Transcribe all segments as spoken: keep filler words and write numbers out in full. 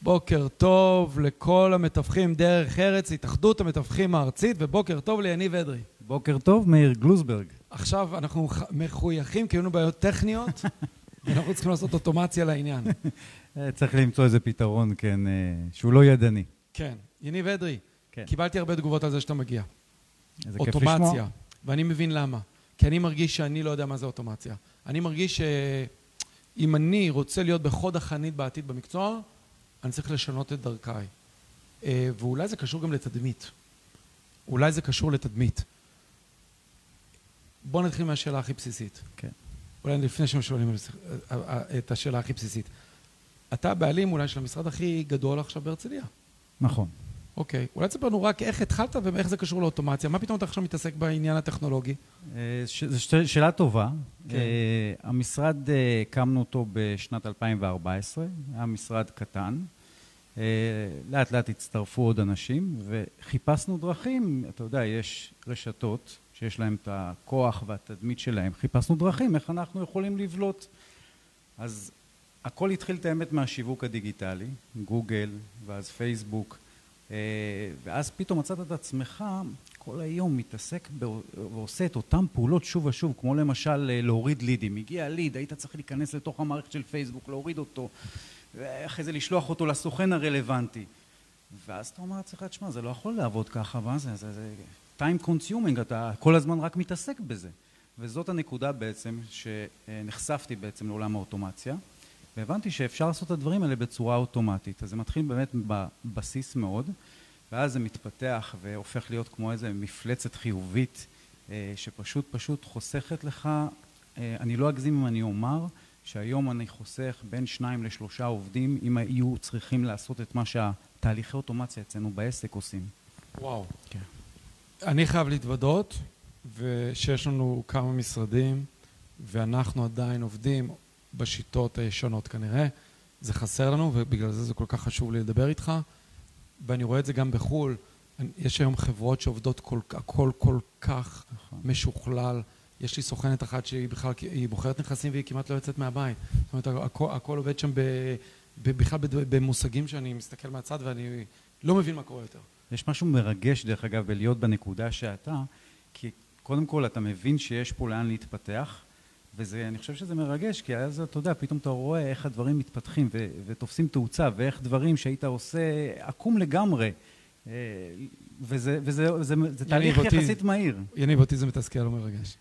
בוקר טוב לכל המתווכים דרך ארץ, התאחדות המתווכים הארצית, ובוקר טוב ליניב אדרי. בוקר טוב, מאיר גלוזברג. עכשיו אנחנו מחויכים, כי היו בעיות טכניות, ואנחנו צריכים לעשות אוטומציה לעניין. צריך למצוא איזה פתרון, כן, שהוא לא ידני. כן, יניב אדרי, כן. קיבלתי הרבה תגובות על זה שאתה מגיע. איזה כיף לשמוע. אוטומציה, ואני מבין למה. כי אני מרגיש שאני לא יודע מה זה אוטומציה. אני מרגיש שאם אני רוצה להיות בחוד החנית בעתיד במקצוע, אני צריך לשנות את דרכיי. ואולי זה קשור גם לתדמית. אולי זה קשור לתדמית. בואו נתחיל מהשאלה הכי בסיסית. כן. אולי לפני שמשואלים את השאלה הכי בסיסית. אתה הבעלים אולי של המשרד הכי גדול עכשיו בהרצליה. נכון. אוקיי. אולי תספר לנו רק איך התחלת ואיך זה קשור לאוטומציה. מה פתאום אתה עכשיו מתעסק בעניין הטכנולוגי? זו שאלה טובה. המשרד, הקמנו אותו בשנת אלפיים וארבע עשרה. היה משרד קטן. לאט לאט הצטרפו עוד אנשים וחיפשנו דרכים. אתה יודע, יש רשתות שיש להם את הכוח והתדמית שלהם. חיפשנו דרכים איך אנחנו יכולים לבלוט. אז הכל התחיל את האמת מהשיווק הדיגיטלי, גוגל ואז פייסבוק. ואז פתאום מצאת את עצמך כל היום מתעסק ועושה את אותם פעולות שוב ושוב, כמו למשל להוריד לידים. הגיע ליד, היית צריך להיכנס לתוך המערכת של פייסבוק, להוריד אותו, ואחרי זה לשלוח אותו לסוכן הרלוונטי. ואז אתה אומר, צריך להשמע, זה לא יכול לעבוד ככה, מה זה? זה, זה time consuming, אתה כל הזמן רק מתעסק בזה. וזאת הנקודה בעצם שנחשפתי בעצם לעולם האוטומציה, והבנתי שאפשר לעשות את הדברים האלה בצורה אוטומטית. אז זה מתחיל באמת בבסיס מאוד, ואז זה מתפתח והופך להיות כמו איזה מפלצת חיובית, שפשוט פשוט חוסכת לך, אני לא אגזים אם אני אומר, שהיום אני חוסך בין שניים לשלושה עובדים, אם היו צריכים לעשות את מה שהתהליכי אוטומציה אצלנו בעסק עושים. וואו. כן. אני חייב להתוודות, ושיש לנו כמה משרדים, ואנחנו עדיין עובדים בשיטות הישנות כנראה. זה חסר לנו, ובגלל זה זה כל כך חשוב לי לדבר איתך. ואני רואה את זה גם בחול. יש היום חברות שעובדות כל, הכל כל כך נכון. משוכלל. יש לי סוכנת אחת שהיא בכלל, היא בוחרת נכסים והיא כמעט לא יוצאת מהבית. זאת אומרת, הכל, הכל עובד שם ב, ב, בכלל במושגים שאני מסתכל מהצד ואני לא מבין מה קורה יותר. יש משהו מרגש דרך אגב בלהיות בנקודה שאתה, כי קודם כל אתה מבין שיש פה לאן להתפתח, וזה, אני חושב שזה מרגש, כי אז אתה יודע, פתאום אתה רואה איך הדברים מתפתחים ו, ותופסים תאוצה, ואיך דברים שהיית עושה עקום לגמרי, וזה, וזה, זה, זה תהליך יחסית מהיר. יניב, אותי זה מתסכל, לא מרגש.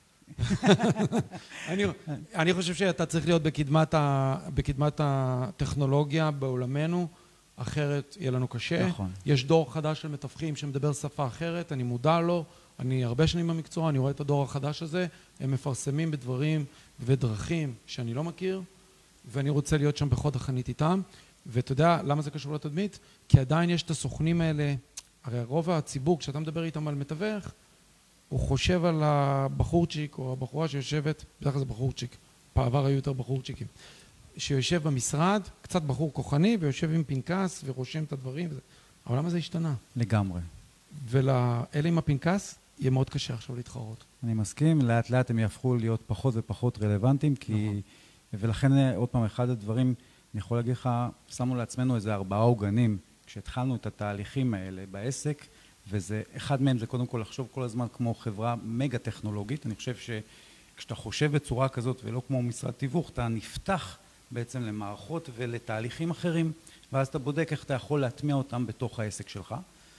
אני, אני חושב שאתה צריך להיות בקדמת, ה, בקדמת הטכנולוגיה בעולמנו, אחרת יהיה לנו קשה. נכון. יש דור חדש של מתווכים שמדבר שפה אחרת, אני מודע לו, אני הרבה שנים במקצוע, אני רואה את הדור החדש הזה, הם מפרסמים בדברים ודרכים שאני לא מכיר, ואני רוצה להיות שם בחוד החנית איתם, ואתה יודע למה זה קשור לתדמית? כי עדיין יש את הסוכנים האלה, הרי רוב הציבור, כשאתה מדבר איתם על מתווך, הוא חושב על הבחורצ'יק או הבחורה שיושבת, בדרך כלל זה בחורצ'יק, בעבר היו יותר בחורצ'יקים, שיושב במשרד, קצת בחור כוחני, ויושב עם פנקס ורושם את הדברים, העולם הזה השתנה. לגמרי. ולאלה עם הפנקס, יהיה מאוד קשה עכשיו להתחרות. אני מסכים, לאט לאט הם יהפכו להיות פחות ופחות רלוונטיים, כי... נכון. ולכן עוד פעם, אחד הדברים, אני יכול להגיד לך, שמנו לעצמנו איזה ארבעה עוגנים, כשהתחלנו את התהליכים האלה בעסק, וזה, אחד מהם זה קודם כל לחשוב כל הזמן כמו חברה מגה טכנולוגית. אני חושב שכשאתה חושב בצורה כזאת ולא כמו משרד תיווך, אתה נפתח בעצם למערכות ולתהליכים אחרים, ואז אתה בודק איך אתה יכול להטמיע אותם בתוך העסק שלך.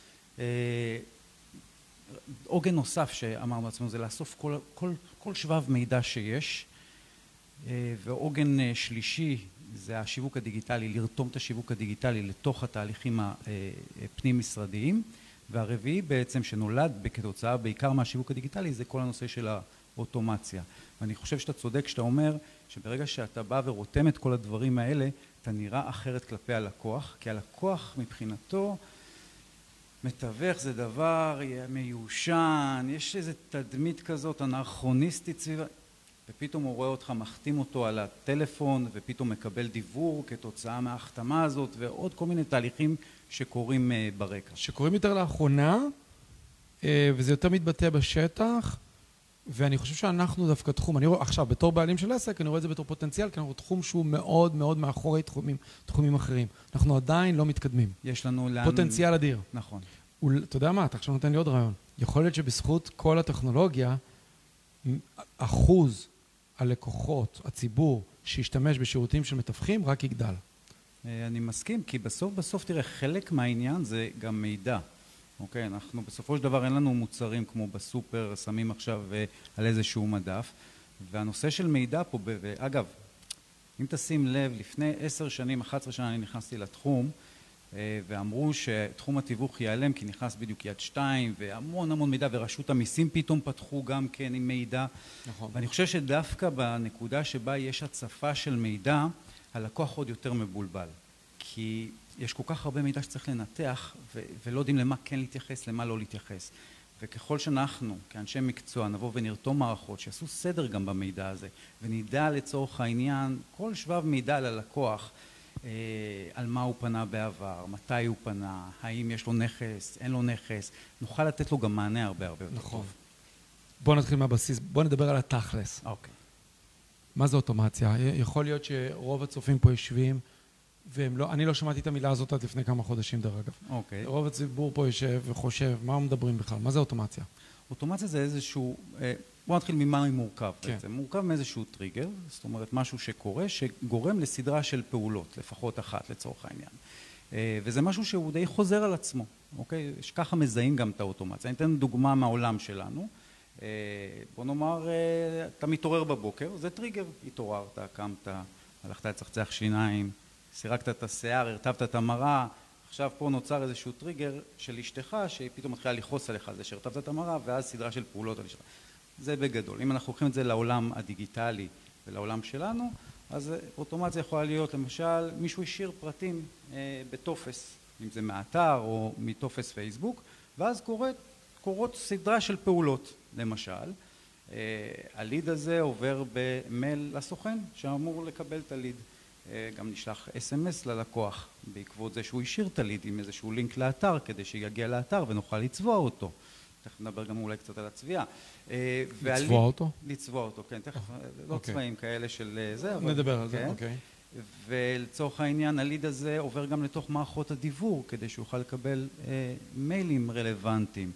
עוגן נוסף שאמרנו לעצמנו זה לאסוף כל, כל, כל שבב מידע שיש, ועוגן שלישי זה השיווק הדיגיטלי, לרתום את השיווק הדיגיטלי לתוך התהליכים הפנים משרדיים, והרביעי בעצם שנולד כתוצאה בעיקר מהשיווק הדיגיטלי זה כל הנושא של האוטומציה. ואני חושב שאתה צודק שאתה אומר שברגע שאתה בא ורותם את כל הדברים האלה, אתה נראה אחרת כלפי הלקוח, כי הלקוח מבחינתו מתווך זה דבר מיושן, יש איזו תדמית כזאת אנכרוניסטית סביבה, ופתאום הוא רואה אותך, מחתים אותו על הטלפון, ופתאום מקבל דיוור כתוצאה מההחתמה הזאת, ועוד כל מיני תהליכים שקורים ברקע. שקורים יותר לאחרונה, וזה יותר מתבטא בשטח, ואני חושב שאנחנו דווקא תחום, אני רואה, עכשיו, בתור בעלים של עסק, אני רואה את זה בתור פוטנציאל, כי אנחנו תחום שהוא מאוד מאוד מאחורי תחומים, תחומים אחרים. אנחנו עדיין לא מתקדמים. יש לנו לאן... פוטנציאל אדיר. נכון. אתה יודע מה, אתה עכשיו נותן לי עוד רעיון. יכול להיות שבזכות כל הטכנולוגיה, אחוז הלקוחות, הציבור, שישתמש בשירותים של מתווכים, רק יגדל. אני מסכים, כי בסוף, בסוף, תראה, חלק מהעניין זה גם מידע. אוקיי, אנחנו בסופו של דבר אין לנו מוצרים כמו בסופר, שמים עכשיו על איזשהו מדף, והנושא של מידע פה, ואגב, אם תשים לב, לפני עשר שנים, אחת עשרה שנה אני נכנסתי לתחום, ואמרו שתחום התיווך ייעלם, כי נכנס בדיוק יד שתיים, והמון המון מידע, ורשות המיסים פתאום פתחו גם כן עם מידע. נכון. ואני חושב שדווקא בנקודה שבה יש הצפה של מידע, הלקוח עוד יותר מבולבל. כי יש כל כך הרבה מידע שצריך לנתח, ו- ולא יודעים למה כן להתייחס, למה לא להתייחס. וככל שאנחנו, כאנשי מקצוע, נבוא ונרתום מערכות, שיעשו סדר גם במידע הזה, ונדע לצורך העניין, כל שבב מידע על הלקוח, אה, על מה הוא פנה בעבר, מתי הוא פנה, האם יש לו נכס, אין לו נכס, נוכל לתת לו גם מענה הרבה הרבה יותר נכון. טוב. בוא נתחיל מהבסיס, בוא נדבר על התכלס. אוקיי. מה זה אוטומציה? יכול להיות שרוב הצופים פה יושבים, והם לא, אני לא שמעתי את המילה הזאת עד לפני כמה חודשים דרך אגב. אוקיי. רוב הציבור פה יושב וחושב, מה מדברים בכלל? מה זה אוטומציה? אוטומציה זה איזשהו, בוא נתחיל ממה היא מורכב כן. בעצם. מורכב מאיזשהו טריגר, זאת אומרת משהו שקורה, שגורם לסדרה של פעולות, לפחות אחת לצורך העניין. וזה משהו שהוא די חוזר על עצמו, אוקיי? שככה מזהים גם את האוטומציה. אני אתן דוגמה מהעולם שלנו. בוא נאמר, אתה מתעורר בבוקר, זה טריגר. התעוררת, קמת, הלכת לצחצח שיניים, סירקת את השיער, הרטבת את המראה, עכשיו פה נוצר איזשהו טריגר של אשתך שהיא פתאום מתחילה לכעוס עליך, זה שהרטבת את המראה, ואז סדרה של פעולות על אשתך. זה בגדול. אם אנחנו לוקחים את זה לעולם הדיגיטלי ולעולם שלנו, אז אוטומציה יכולה להיות, למשל, מישהו השאיר פרטים אה, בטופס, אם זה מאתר או מטופס פייסבוק, ואז קוראת, קורות סדרה של פעולות, למשל. אה, הליד הזה עובר במייל לסוכן שאמור לקבל את הליד. גם נשלח אס אם אס ללקוח בעקבות זה שהוא השאיר את הליד עם איזשהו לינק לאתר כדי שיגיע לאתר ונוכל לצבוע אותו. תכף נדבר גם אולי קצת על הצביעה. לצבוע אותו? לצבוע אותו, כן. תכף, לא צבעים כאלה של זה. נדבר על זה, אוקיי. ולצורך העניין הליד הזה עובר גם לתוך מערכות הדיוור כדי שהוא יוכל לקבל מיילים רלוונטיים,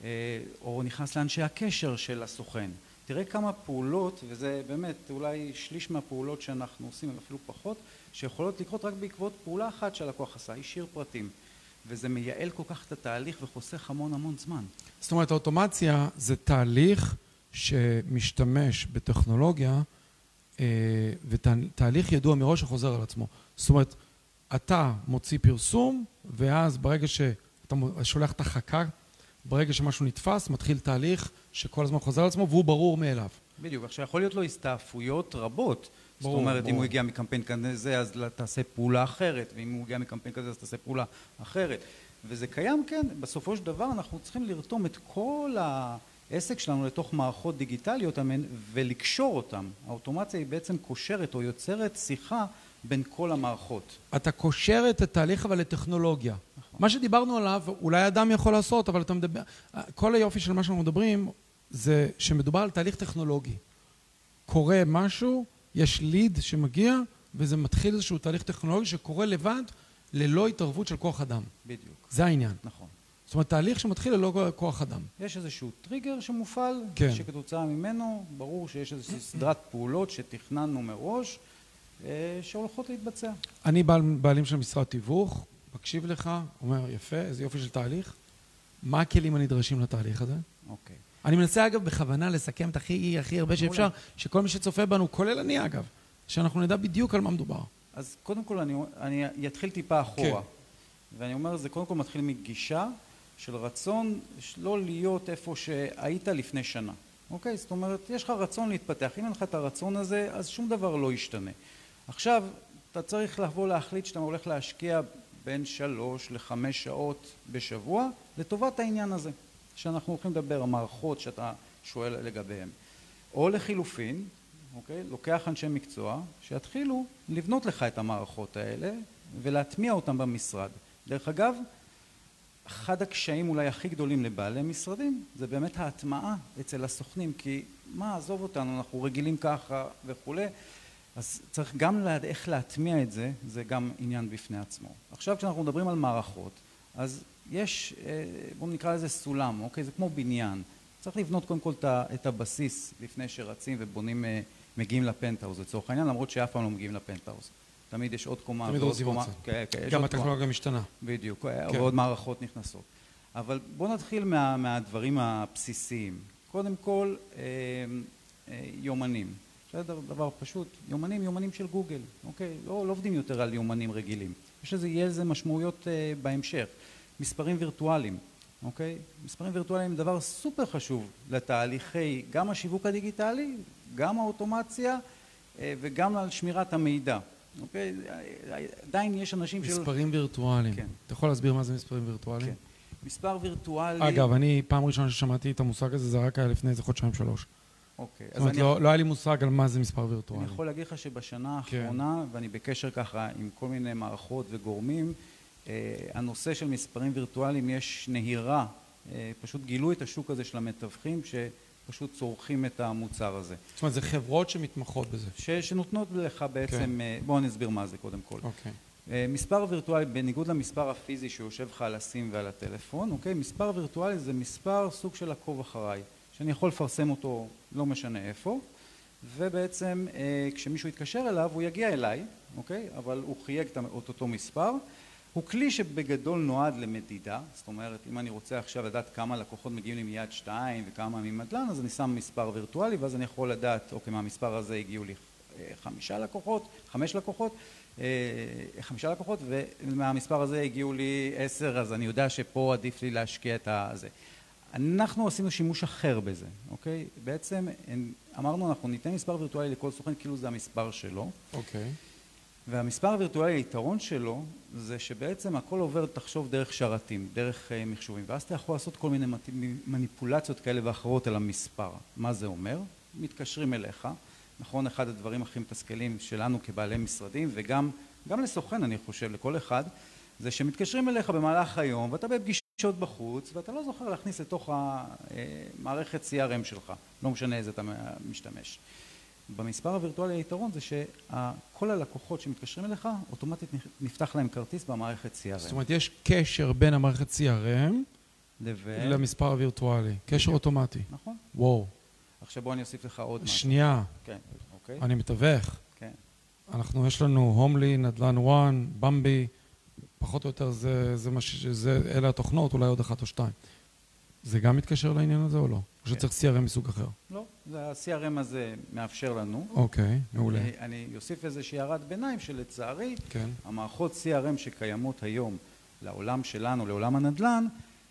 או נכנס לאנשי הקשר של הסוכן. תראה כמה פעולות, וזה באמת אולי שליש מהפעולות שאנחנו עושים, אפילו פחות, שיכולות לקרות רק בעקבות פעולה אחת שהלקוח עשה, השאיר פרטים. וזה מייעל כל כך את התהליך וחוסך המון המון זמן. זאת אומרת, האוטומציה זה תהליך שמשתמש בטכנולוגיה, ותהליך ידוע מראש שחוזר על עצמו. זאת אומרת, אתה מוציא פרסום, ואז ברגע שאתה שולח את החכה, ברגע שמשהו נתפס, מתחיל תהליך שכל הזמן חוזר על עצמו, והוא ברור מאליו. בדיוק, עכשיו יכול להיות לו הסתעפויות רבות. ברור, זאת אומרת, ברור. אם הוא הגיע מקמפיין כזה, אז תעשה פעולה אחרת, ואם הוא הגיע מקמפיין כזה, אז תעשה פעולה אחרת. וזה קיים, כן, בסופו של דבר אנחנו צריכים לרתום את כל העסק שלנו לתוך מערכות דיגיטליות, ולקשור אותם. האוטומציה היא בעצם קושרת או יוצרת שיחה בין כל המערכות. אתה קושר את התהליך אבל לטכנולוגיה. נכון. מה שדיברנו עליו, אולי אדם יכול לעשות, אבל אתה מדבר... כל היופי של מה שאנחנו מדברים, זה שמדובר על תהליך טכנולוגי. קורה משהו, יש ליד שמגיע, וזה מתחיל איזשהו תהליך טכנולוגי שקורה לבד, ללא התערבות של כוח אדם. בדיוק. זה העניין. נכון. זאת אומרת, תהליך שמתחיל ללא כוח אדם. יש איזשהו טריגר שמופעל, כן. שכתוצאה ממנו, ברור שיש איזושהי סדרת פעולות שתכננו מראש, שהולכות להתבצע. אני בעל, בעלים של משרד תיווך, מקשיב לך, אומר, יפה, איזה יופי של תהליך. מה הכלים הנדרשים לתהליך הזה? אוקיי. אני מנסה, אגב, בכוונה לסכם את הכי, הכי הרבה שאפשר, שכל מי שצופה בנו, כולל אני, אגב, שאנחנו נדע בדיוק על מה מדובר. אז קודם כל, אני, אני אתחיל טיפה אחורה. כן. ואני אומר, זה קודם כל מתחיל מגישה של רצון לא להיות איפה שהיית לפני שנה. אוקיי? זאת אומרת, יש לך רצון להתפתח. אם אין לך את הרצון הזה, אז שום דבר לא ישתנה. עכשיו, אתה צריך לבוא להחליט שאתה הולך להשקיע בין שלוש לחמש שעות בשבוע לטובת העניין הזה, שאנחנו הולכים לדבר, המערכות שאתה שואל לגביהם. או לחילופין, אוקיי? לוקח אנשי מקצוע שיתחילו לבנות לך את המערכות האלה ולהטמיע אותם במשרד. דרך אגב, אחד הקשיים אולי הכי גדולים לבעלי משרדים זה באמת ההטמעה אצל הסוכנים, כי מה, עזוב אותנו, אנחנו רגילים ככה וכולי, אז צריך גם לדעת איך להטמיע את זה, זה גם עניין בפני עצמו. עכשיו כשאנחנו מדברים על מערכות, אז יש, בואו נקרא לזה סולם, אוקיי? זה כמו בניין. צריך לבנות קודם כל את הבסיס לפני שרצים ובונים, מגיעים לפנטהאוז לצורך העניין, למרות שאף פעם לא מגיעים לפנטהאוז. תמיד יש עוד קומה. תמיד עוזבים את זה. גם הטכנולוגיה משתנה. בדיוק, ועוד מערכות נכנסות. אבל בואו נתחיל מהדברים הבסיסיים. קודם כל, יומנים. זה דבר פשוט. יומנים, יומנים של גוגל. אוקיי? לא עובדים יותר על יומנים רגילים. יש לזה, יהיה לזה משמעויות בהמשך. מספרים וירטואליים. אוקיי? מספרים וירטואליים הם דבר סופר חשוב לתהליכי, גם השיווק הדיגיטלי, גם האוטומציה וגם על שמירת המידע. אוקיי? עדיין יש אנשים של... מספרים וירטואליים. כן. אתה יכול להסביר מה זה מספרים וירטואליים? כן. מספר וירטואלי... אגב, אני פעם ראשונה ששמעתי את המושג הזה, זה רק היה לפני איזה חודשיים שלוש. אוקיי. זאת אומרת, לא, לא היה לי מושג על מה זה מספר וירטואלי. אני יכול להגיד לך שבשנה האחרונה, כן. ואני בקשר ככה עם כל מיני מערכות וגורמים, הנושא של מספרים וירטואליים יש נהירה, פשוט גילו את השוק הזה של המתווכים שפשוט צורכים את המוצר הזה. זאת אומרת, זה חברות שמתמחות בזה. ש, שנותנות לך בעצם, okay. בואו נסביר מה זה קודם כל. Okay. מספר וירטואלי, בניגוד למספר הפיזי שיושב לך על הסים ועל הטלפון, okay? מספר וירטואלי זה מספר סוג של עקוב אחריי, שאני יכול לפרסם אותו לא משנה איפה, ובעצם כשמישהו יתקשר אליו הוא יגיע אליי, okay? אבל הוא חייג את אותו מספר, הוא כלי שבגדול נועד למדידה, זאת אומרת, אם אני רוצה עכשיו לדעת כמה לקוחות מגיעים לי מיד שתיים וכמה ממדלן, אז אני שם מספר וירטואלי, ואז אני יכול לדעת, אוקיי, מהמספר הזה הגיעו לי חמישה לקוחות, חמש לקוחות, חמישה לקוחות, ומהמספר הזה הגיעו לי עשר, אז אני יודע שפה עדיף לי להשקיע את הזה. אנחנו עשינו שימוש אחר בזה, אוקיי? בעצם אמרנו, אנחנו ניתן מספר וירטואלי לכל סוכן, כאילו זה המספר שלו. אוקיי. והמספר הווירטואלי, היתרון שלו, זה שבעצם הכל עובר, תחשוב, דרך שרתים, דרך מחשובים, ואז אתה יכול לעשות כל מיני מניפולציות כאלה ואחרות על המספר. מה זה אומר? מתקשרים אליך, נכון? אחד הדברים הכי מתסכלים שלנו כבעלי משרדים, וגם גם לסוכן, אני חושב, לכל אחד, זה שמתקשרים אליך במהלך היום, ואתה בפגישות בחוץ, ואתה לא זוכר להכניס לתוך המערכת סי אר אם שלך, לא משנה איזה אתה משתמש. במספר הווירטואלי היתרון זה שכל הלקוחות שמתקשרים אליך, אוטומטית נפתח להם כרטיס במערכת סי אר אם. זאת אומרת, יש קשר בין המערכת סי אר אם לבין... למספר הווירטואלי. קשר אוטומטי. נכון. וואו. עכשיו בוא אני אוסיף לך עוד משהו. שנייה. כן, אוקיי. אני מתווך. כן. אנחנו, יש לנו הומלי, נדל"ן וואן, במבי, פחות או יותר זה, זה מה ש... זה, אלה התוכנות, אולי עוד אחת או שתיים. זה גם מתקשר לעניין הזה או לא? או שצריך סי אר אם מסוג אחר? לא, ה-סי אר אם הזה מאפשר לנו. אוקיי, מעולה. אני אוסיף איזושהי הערת ביניים שלצערי, כן. המערכות סי אר אם שקיימות היום לעולם שלנו, לעולם הנדל"ן,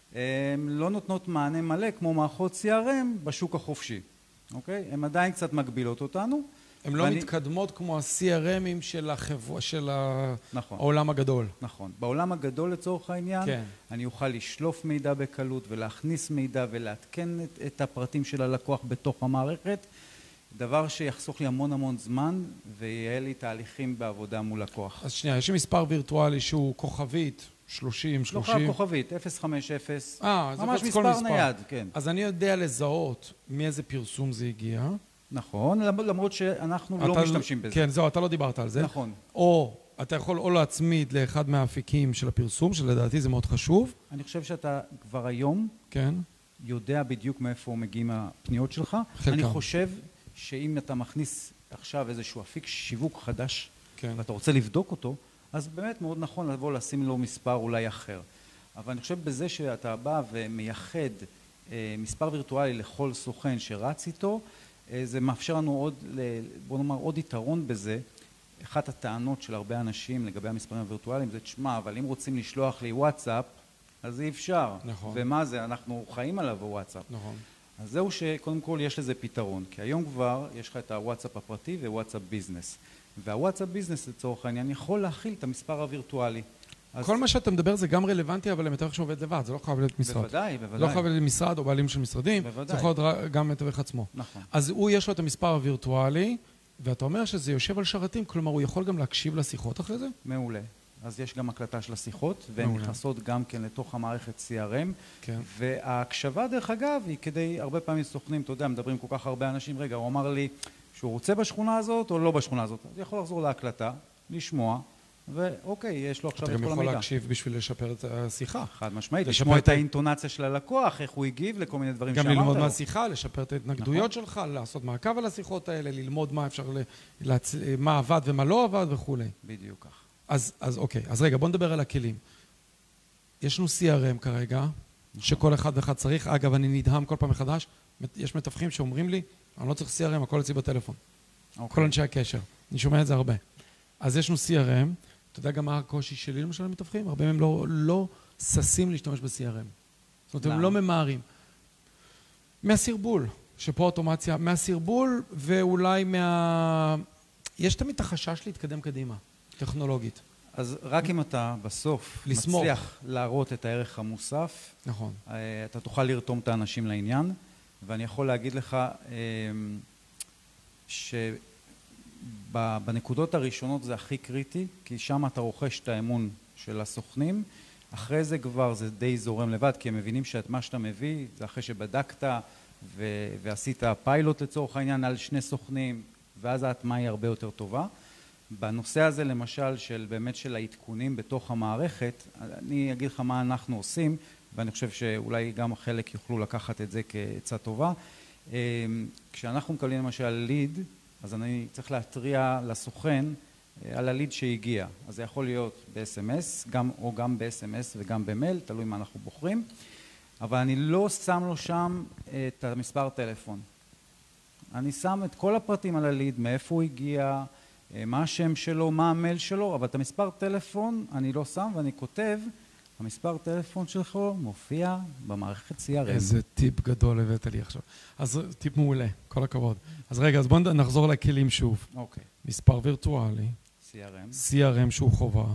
הן לא נותנות מענה מלא כמו מערכות סי אר אם בשוק החופשי. אוקיי? הן עדיין קצת מגבילות אותנו. הן לא מתקדמות כמו ה-סי אר אם של החברה, של נכון. העולם הגדול. נכון. בעולם הגדול לצורך העניין, כן. אני אוכל לשלוף מידע בקלות ולהכניס מידע ולעדכן את, את הפרטים של הלקוח בתוך המערכת, דבר שיחסוך לי המון המון זמן ויהיה לי תהליכים בעבודה מול לקוח. אז שנייה, יש לי מספר וירטואלי שהוא כוכבית, שלושים, שלושים. לא כוכבית, אפס חמש אפס. אה, ממש מספר נייד, כן. אז אני יודע לזהות מאיזה פרסום זה הגיע. נכון, למרות שאנחנו לא משתמשים בזה. כן, זהו, אתה לא דיברת על זה. נכון. או אתה יכול או להצמיד לאחד מהאפיקים של הפרסום, שלדעתי זה מאוד חשוב. אני חושב שאתה כבר היום כן. יודע בדיוק מאיפה מגיעים הפניות שלך. חלקם. אני חושב שאם אתה מכניס עכשיו איזשהו אפיק שיווק חדש, כן. ואתה רוצה לבדוק אותו, אז באמת מאוד נכון לבוא לשים לו מספר אולי אחר. אבל אני חושב בזה שאתה בא ומייחד אה, מספר וירטואלי לכל סוכן שרץ איתו, זה מאפשר לנו עוד, בוא נאמר, עוד יתרון בזה. אחת הטענות של הרבה אנשים לגבי המספרים הווירטואליים זה, תשמע, אבל אם רוצים לשלוח לי וואטסאפ, אז אי אפשר. נכון. ומה זה? אנחנו חיים עליו וואטסאפ. נכון. אז זהו שקודם כל יש לזה פתרון, כי היום כבר יש לך את הוואטסאפ הפרטי ווואטסאפ ביזנס. והוואטסאפ ביזנס לצורך העניין יכול להכיל את המספר הווירטואלי. אז... כל מה שאתה מדבר זה גם רלוונטי, אבל למתווך שעובד לבד, זה לא חייב להיות משרד. בוודאי, בוודאי. לא חייב להיות משרד או בעלים של משרדים, בוודאי. זה יכול להיות גם מתווך עצמו. נכון. אז הוא יש לו את המספר הווירטואלי, ואתה אומר שזה יושב על שרתים, כלומר הוא יכול גם להקשיב לשיחות אחרי זה? מעולה. אז יש גם הקלטה של השיחות, והן נכנסות גם כן לתוך המערכת סי אר אם, כן. וההקשבה דרך אגב היא כדי, הרבה פעמים סוכנים, אתה יודע, מדברים כל כך הרבה אנשים, רגע, הוא אמר לי שהוא רוצה בשכונה הזאת או לא בשכונה הזאת, אז יכול לחזור להקלטה, לשמוע, ואוקיי, יש לו עכשיו את כל המידע. אתה גם יכול להקשיב בשביל לשפר את השיחה. חד משמעית, לשמוע את האינטונציה של הלקוח, איך הוא הגיב לכל מיני דברים שאמרת לו. גם ללמוד מהשיחה, לשפר את ההתנגדויות שלך, לעשות מעקב על השיחות האלה, ללמוד מה אפשר, מה עבד ומה לא עבד וכו'. בדיוק כך. אז, אז אוקיי, אז רגע, בוא נדבר על הכלים. יש לנו סי אר אם כרגע, שכל אחד ואחד צריך. אגב, אני נדהם כל פעם מחדש, יש מתווכים שאומרים לי, אני לא צריך סי אר אם, הכל אצלי בטלפון. כל אנשי הקשר. אני שומע את זה הרבה. אז יש לנו סי אר אם, אתה יודע גם מה הקושי שלי למשל המתווכים? הרבה מהם לא, לא ססים להשתמש ב-סי אר אם. זאת אומרת, הם לא ממהרים. מהסרבול, שפה אוטומציה, מהסרבול ואולי מה... יש תמיד את החשש להתקדם קדימה, טכנולוגית. אז רק אם אתה בסוף לסמוך. מצליח להראות את הערך המוסף, נכון. אתה תוכל לרתום את האנשים לעניין, ואני יכול להגיד לך שבנקודות הראשונות זה הכי קריטי, כי שם אתה רוכש את האמון של הסוכנים, אחרי זה כבר זה די זורם לבד, כי הם מבינים שאת מה שאתה מביא, זה אחרי שבדקת ו- ועשית פיילוט לצורך העניין על שני סוכנים, ואז ההטמעה היא הרבה יותר טובה. בנושא הזה למשל של באמת של העדכונים בתוך המערכת, אני אגיד לך מה אנחנו עושים, ואני חושב שאולי גם חלק יוכלו לקחת את זה כעצה טובה. כשאנחנו מקבלים למשל ליד, אז אני צריך להתריע לסוכן על הליד שהגיע. אז זה יכול להיות ב-אס אם אס, גם, או גם ב-אס אם אס וגם במייל, תלוי מה אנחנו בוחרים. אבל אני לא שם לו שם את המספר טלפון. אני שם את כל הפרטים על הליד, מאיפה הוא הגיע, מה השם שלו, מה המייל שלו, אבל את המספר טלפון אני לא שם ואני כותב, המספר טלפון שלך מופיע במערכת סי אר אם. איזה טיפ גדול הבאת לי עכשיו. אז טיפ מעולה, כל הכבוד. אז רגע, אז בואו נחזור לכלים שוב. אוקיי. מספר וירטואלי. סי אר אם. סי אר אם שהוא חובה.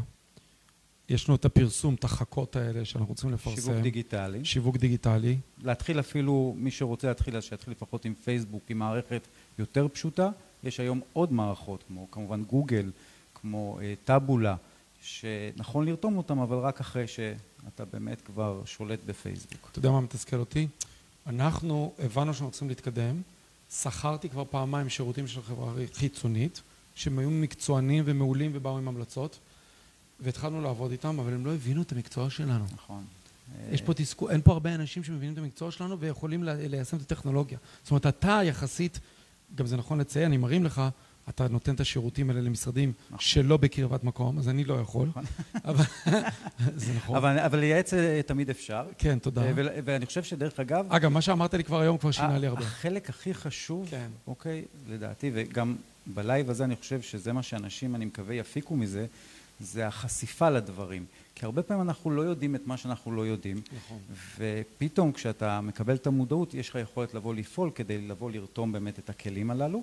יש לנו את הפרסום, את החכות האלה שאנחנו רוצים לפרסם. שיווק דיגיטלי. שיווק דיגיטלי. להתחיל אפילו, מי שרוצה להתחיל, אז שיתחיל לפחות עם פייסבוק, עם מערכת יותר פשוטה. יש היום עוד מערכות, כמו כמובן גוגל, כמו אה, טאבולה, שנכון לרתום אותם, אבל רק אחרי שאתה באמת כבר שולט בפייסבוק. אתה יודע מה מתסכל אותי? אנחנו הבנו שאנחנו רוצים להתקדם, שכרתי כבר פעמיים שירותים של חברה חיצונית, שהם היו מקצוענים ומעולים ובאו עם המלצות, והתחלנו לעבוד איתם, אבל הם לא הבינו את המקצוע שלנו. נכון. יש פה תסכול, אין פה הרבה אנשים שמבינים את המקצוע שלנו ויכולים ליישם את הטכנולוגיה. זאת אומרת, אתה יחסית, גם זה נכון לציין, אני מרים לך, אתה נותן את השירותים האלה למשרדים שלא בקרבת מקום, אז אני לא יכול. אבל זה נכון. אבל לייעץ תמיד אפשר. כן, תודה. ואני חושב שדרך אגב... אגב, מה שאמרת לי כבר היום כבר שינה לי הרבה. החלק הכי חשוב, אוקיי, לדעתי, וגם בלייב הזה אני חושב שזה מה שאנשים, אני מקווה, יפיקו מזה, זה החשיפה לדברים. כי הרבה פעמים אנחנו לא יודעים את מה שאנחנו לא יודעים. נכון. ופתאום כשאתה מקבל את המודעות, יש לך יכולת לבוא לפעול כדי לבוא לרתום באמת את הכלים הללו.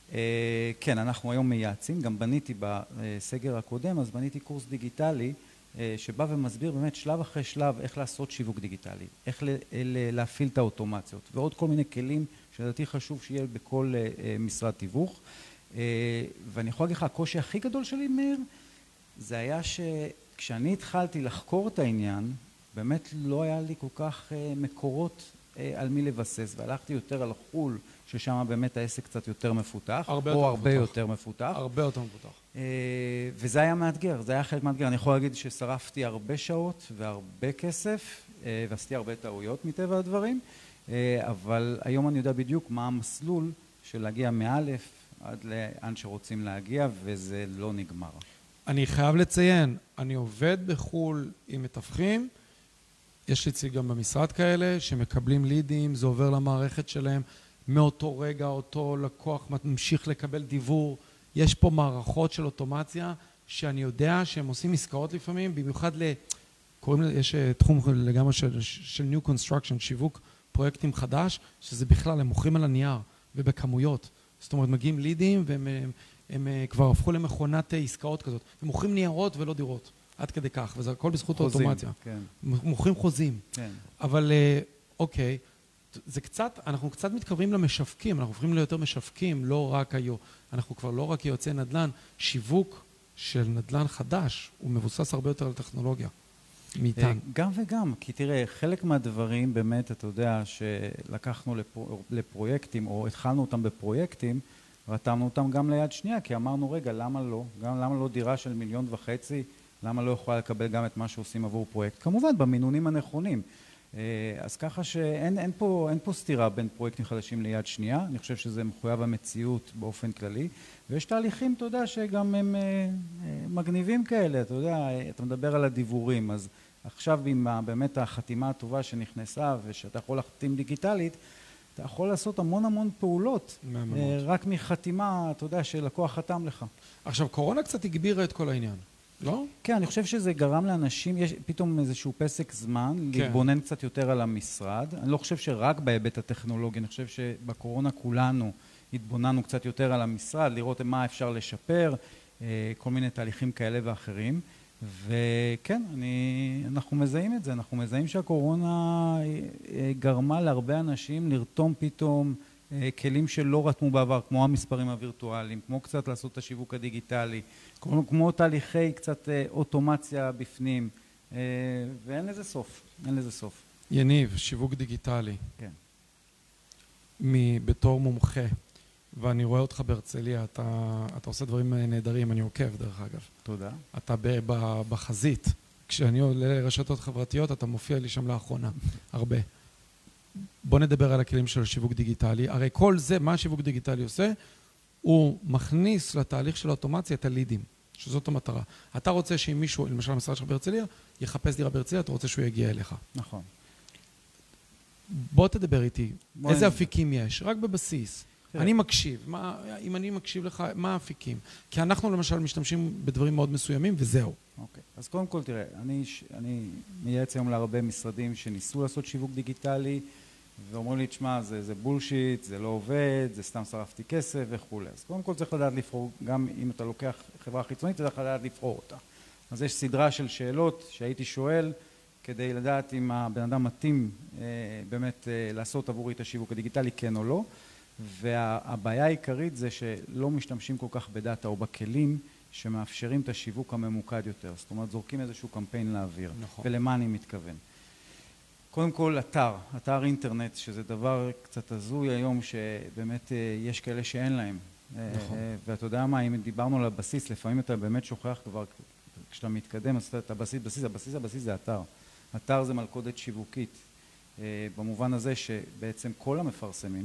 כן, אנחנו היום מייעצים, גם בניתי בסגר הקודם, אז בניתי קורס דיגיטלי שבא ומסביר באמת שלב אחרי שלב איך לעשות שיווק דיגיטלי, איך להפעיל את האוטומציות, ועוד כל מיני כלים שלדעתי חשוב שיהיה בכל משרד תיווך. ואני יכול להגיד לך, הקושי הכי גדול שלי, מאיר, זה היה שכשאני התחלתי לחקור את העניין, באמת לא היה לי כל כך מקורות על מי לבסס, והלכתי יותר על חול, ששם באמת העסק קצת יותר מפותח, הרבה או יותר הרבה מפותח. יותר מפותח. הרבה יותר מפותח. וזה היה מאתגר, זה היה חלק מאתגר. אני יכול להגיד ששרפתי הרבה שעות והרבה כסף, ועשיתי הרבה טעויות מטבע הדברים, אבל היום אני יודע בדיוק מה המסלול של להגיע מאלף עד לאן שרוצים להגיע, וזה לא נגמר. אני חייב לציין, אני עובד בחול עם מתווכים, יש לי ציג גם במשרד כאלה, שמקבלים לידים, זה עובר למערכת שלהם, מאותו רגע אותו לקוח ממשיך לקבל דיבור, יש פה מערכות של אוטומציה, שאני יודע שהם עושים עסקאות לפעמים, במיוחד ל... קוראים לזה, יש תחום לגמרי של, של New Construction, שיווק פרויקטים חדש, שזה בכלל, הם מוכרים על הנייר ובכמויות. זאת אומרת, מגיעים לידים והם הם, הם כבר הפכו למכונת עסקאות כזאת. הם מוכרים ניירות ולא דירות, עד כדי כך, וזה הכל בזכות חוזים, האוטומציה. כן. מוכרים חוזים. כן. אבל אוקיי, זה קצת, אנחנו קצת מתקרבים למשווקים, אנחנו הופכים ליותר משווקים, לא רק היו, אנחנו כבר לא רק יוצאי נדל"ן, שיווק של נדל"ן חדש, הוא מבוסס הרבה יותר על טכנולוגיה. מאיתן. גם וגם, כי תראה, חלק מהדברים באמת, אתה יודע, שלקחנו לפרו, לפרויקטים, או התחלנו אותם בפרויקטים, רתמנו אותם גם ליד שנייה, כי אמרנו, רגע, למה לא? גם למה לא דירה של מיליון וחצי? למה לא יכולה לקבל גם את מה שעושים עבור פרויקט? כמובן, במינונים הנכונים. אז ככה שאין אין פה, אין פה סתירה בין פרויקטים חדשים ליד שנייה, אני חושב שזה מחויב המציאות באופן כללי, ויש תהליכים, אתה יודע, שגם הם מגניבים כאלה, אתה יודע, אתה מדבר על הדיבורים, אז עכשיו עם באמת החתימה הטובה שנכנסה, ושאתה יכול לחתים דיגיטלית, אתה יכול לעשות המון המון פעולות, רק מחתימה, אתה יודע, שלקוח חתם לך. עכשיו, קורונה קצת הגבירה את כל העניין. לא? כן, אני חושב שזה גרם לאנשים, יש פתאום איזשהו פסק זמן, כן. להתבונן קצת יותר על המשרד. אני לא חושב שרק בהיבט הטכנולוגי, אני חושב שבקורונה כולנו התבוננו קצת יותר על המשרד, לראות מה אפשר לשפר, כל מיני תהליכים כאלה ואחרים. וכן, אני, אנחנו מזהים את זה, אנחנו מזהים שהקורונה גרמה להרבה אנשים לרתום פתאום כלים שלא רתמו בעבר, כמו המספרים הווירטואליים, כמו קצת לעשות את השיווק הדיגיטלי, כמו, כמו תהליכי קצת אוטומציה בפנים, ואין לזה סוף, אין לזה סוף. יניב, שיווק דיגיטלי. כן. בתור מומחה, ואני רואה אותך בהרצליה, אתה, אתה עושה דברים נהדרים, אני עוקב דרך אגב. תודה. אתה בחזית, כשאני עולה לרשתות חברתיות, אתה מופיע לי שם לאחרונה, הרבה. בוא נדבר על הכלים של השיווק דיגיטלי. הרי כל זה, מה השיווק דיגיטלי עושה? הוא מכניס לתהליך של האוטומציה את הלידים, שזאת המטרה. אתה רוצה שאם מישהו, למשל המשרד שלך בהרצליה, יחפש דירה בהרצליה, אתה רוצה שהוא יגיע אליך. נכון. בוא תדבר איתי, איזה אפיקים יש? רק בבסיס. אני מקשיב. מה, אם אני מקשיב לך, מה האפיקים? כי אנחנו למשל משתמשים בדברים מאוד מסוימים, וזהו. אוקיי. אז קודם כל, תראה, אני, אני מייעץ היום להרבה משרדים שניסו לעשות שיווק דיגיטלי, ואומרים לי, תשמע, זה, זה בולשיט, זה לא עובד, זה סתם שרפתי כסף וכו'. אז קודם כל צריך לדעת לבחור, גם אם אתה לוקח חברה חיצונית, צריך לדעת לבחור אותה. אז יש סדרה של שאלות שהייתי שואל, כדי לדעת אם הבן אדם מתאים אה, באמת אה, לעשות עבורי את השיווק הדיגיטלי, כן או לא. והבעיה העיקרית זה שלא משתמשים כל כך בדאטה או בכלים שמאפשרים את השיווק הממוקד יותר. זאת אומרת, זורקים איזשהו קמפיין לאוויר. נכון. ולמה אני מתכוון? קודם כל, אתר, אתר אינטרנט, שזה דבר קצת הזוי היום, שבאמת יש כאלה שאין להם. נכון. ואתה יודע מה, אם דיברנו על הבסיס, לפעמים אתה באמת שוכח כבר, כשאתה מתקדם, אז אתה הבסיס, בסיס, הבסיס, הבסיס זה אתר. אתר זה מלכודת שיווקית. במובן הזה שבעצם כל המפרסמים,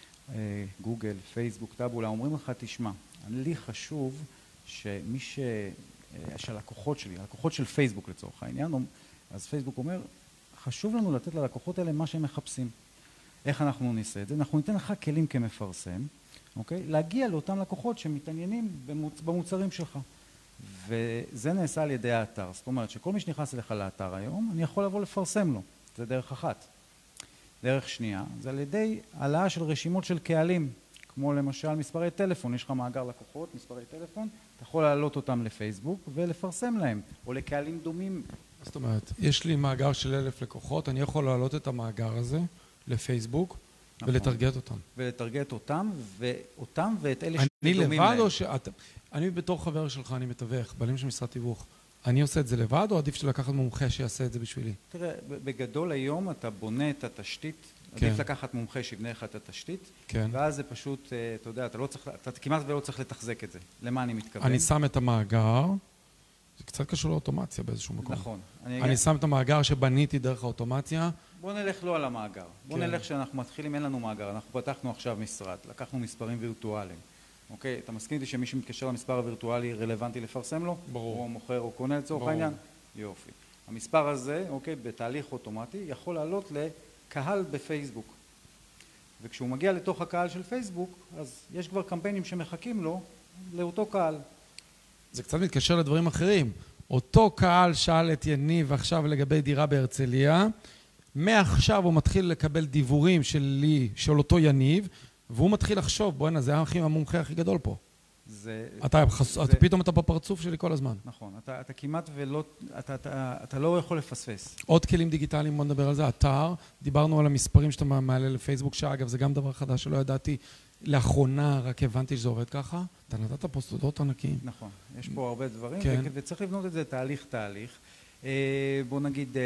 גוגל, פייסבוק, טאבולה, אומרים לך, תשמע, לי חשוב שמי ש... שהלקוחות שלי, הלקוחות של פייסבוק לצורך העניין, אז פייסבוק אומר, חשוב לנו לתת ללקוחות האלה מה שהם מחפשים. איך אנחנו נעשה את זה? אנחנו ניתן לך כלים כמפרסם, אוקיי? להגיע לאותם לקוחות שמתעניינים במוצ... במוצרים שלך. וזה נעשה על ידי האתר. זאת אומרת שכל מי שנכנס אליך לאתר היום, אני יכול לבוא לפרסם לו. זה דרך אחת. דרך שנייה, זה על ידי העלאה של רשימות של קהלים, כמו למשל מספרי טלפון, יש לך מאגר לקוחות, מספרי טלפון, אתה יכול להעלות אותם לפייסבוק ולפרסם להם, או לקהלים דומים. זאת אומרת, יש לי מאגר של אלף לקוחות, אני יכול להעלות את המאגר הזה לפייסבוק, נכון. ולטרגט אותם. ולטרגט אותם, ואותם ואת אלה שדומים להם. אני לבד או שאת... אני בתור חבר שלך, אני מתווך, בעלים של משרד תיווך. אני עושה את זה לבד, או עדיף לקחת מומחה שיעשה את זה בשבילי? תראה, בגדול היום אתה בונה את התשתית, כן. עדיף לקחת מומחה שיבנה לך את התשתית, כן. ואז זה פשוט, אתה יודע, אתה, לא צריך, אתה כמעט ולא צריך לתחזק את זה. למה אני מתכוון? אני שם את המאגר, זה קצת קשור לאוטומציה באיזשהו מקום. נכון. אני, אני שם את המאגר שבניתי דרך האוטומציה. בוא נלך לא על המאגר. בוא כן. נלך שאנחנו מתחילים, אין לנו מאגר, אנחנו פתחנו עכשיו משרד, לקחנו מספרים וירטואליים. אוקיי, אתה מסכים איתי שמי שמתקשר למספר הווירטואלי רלוונטי לפרסם לו? ברור. או מוכר או קונה לצורך העניין? יופי. המספר הזה, אוקיי, בתהליך אוטומטי, יכול לעלות לקהל בפייסבוק. וכשהוא מגיע לתוך הקהל של פייסבוק, אז יש כבר קמפיינים שמחכים לו לאותו קהל. זה קצת מתקשר לדברים אחרים. אותו קהל שאל את יניב עכשיו לגבי דירה בהרצליה, מעכשיו הוא מתחיל לקבל דיבורים שלי, של אותו יניב, והוא מתחיל לחשוב, בוא'נה, זה האחים המומחה הכי גדול פה. זה... אתה, חס... זה... אתה פתאום אתה בפרצוף שלי כל הזמן. נכון, אתה, אתה כמעט ולא, אתה, אתה, אתה לא יכול לפספס. עוד כלים דיגיטליים, בוא נדבר על זה, אתר, דיברנו על המספרים שאתה מעלה לפייסבוק, שאגב, זה גם דבר חדש שלא ידעתי, לאחרונה רק הבנתי שזה עובד ככה, אתה נתת פה סודות ענקיים. נכון, יש פה הרבה דברים, כן. וצריך לבנות את זה תהליך-תהליך. בוא נגיד,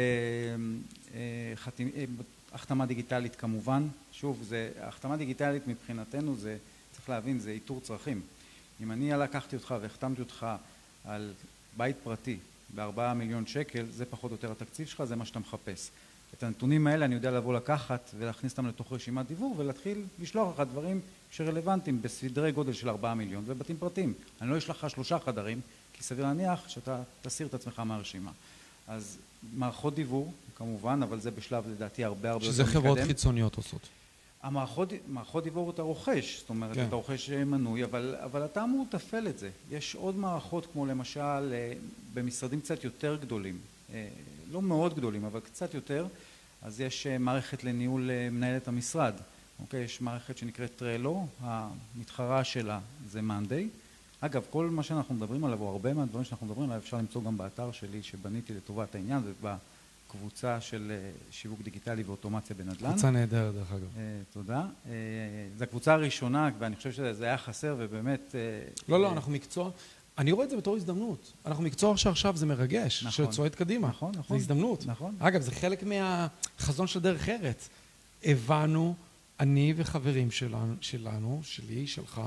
החתמה דיגיטלית כמובן, שוב, החתמה דיגיטלית מבחינתנו זה, צריך להבין, זה איתור צרכים. אם אני לקחתי אותך והחתמתי אותך על בית פרטי בארבעה מיליון שקל, זה פחות או יותר התקציב שלך, זה מה שאתה מחפש. את הנתונים האלה אני יודע לבוא לקחת ולהכניס אותם לתוך רשימת דיוור ולהתחיל לשלוח לך דברים שרלוונטיים בסדרי גודל של ארבעה מיליון ובתים פרטיים. אני לא אשלח לך שלושה חדרים, כי סביר להניח שאתה תסיר את עצמך מהרשימה. אז מערכות דיוור, כמובן, אבל זה בשלב לדעתי הרבה הרבה שזה חברות חיצוניות עושות. המערכות, מערכות דיוור אתה רוכש, זאת אומרת, כן. אתה רוכש מנוי, אבל, אבל אתה אמור לתפעל את זה. יש עוד מערכות כמו למשל במשרדים קצת יותר גדולים, לא מאוד גדולים, אבל קצת יותר, אז יש מערכת לניהול מנהלת המשרד. אוקיי? יש מערכת שנקראת טרלו, המתחרה שלה זה מאנדיי. אגב, כל מה שאנחנו מדברים עליו, או הרבה מהדברים שאנחנו מדברים עליו, אפשר למצוא גם באתר שלי שבניתי לטובת העניין, ובקבוצה של שיווק דיגיטלי ואוטומציה בנדל"ן. קבוצה נהדרת, דרך אגב. תודה. זו הקבוצה הראשונה, ואני חושב שזה היה חסר, ובאמת... לא, לא, אנחנו מקצוע... אני רואה את זה בתור הזדמנות. אנחנו מקצוע שעכשיו זה מרגש, נכון. שצועד קדימה. נכון, נכון. זה הזדמנות. נכון. אגב, זה חלק מהחזון של דרך ארץ. הבנו, אני וחברים שלנו, שלנו, שלי, שלך,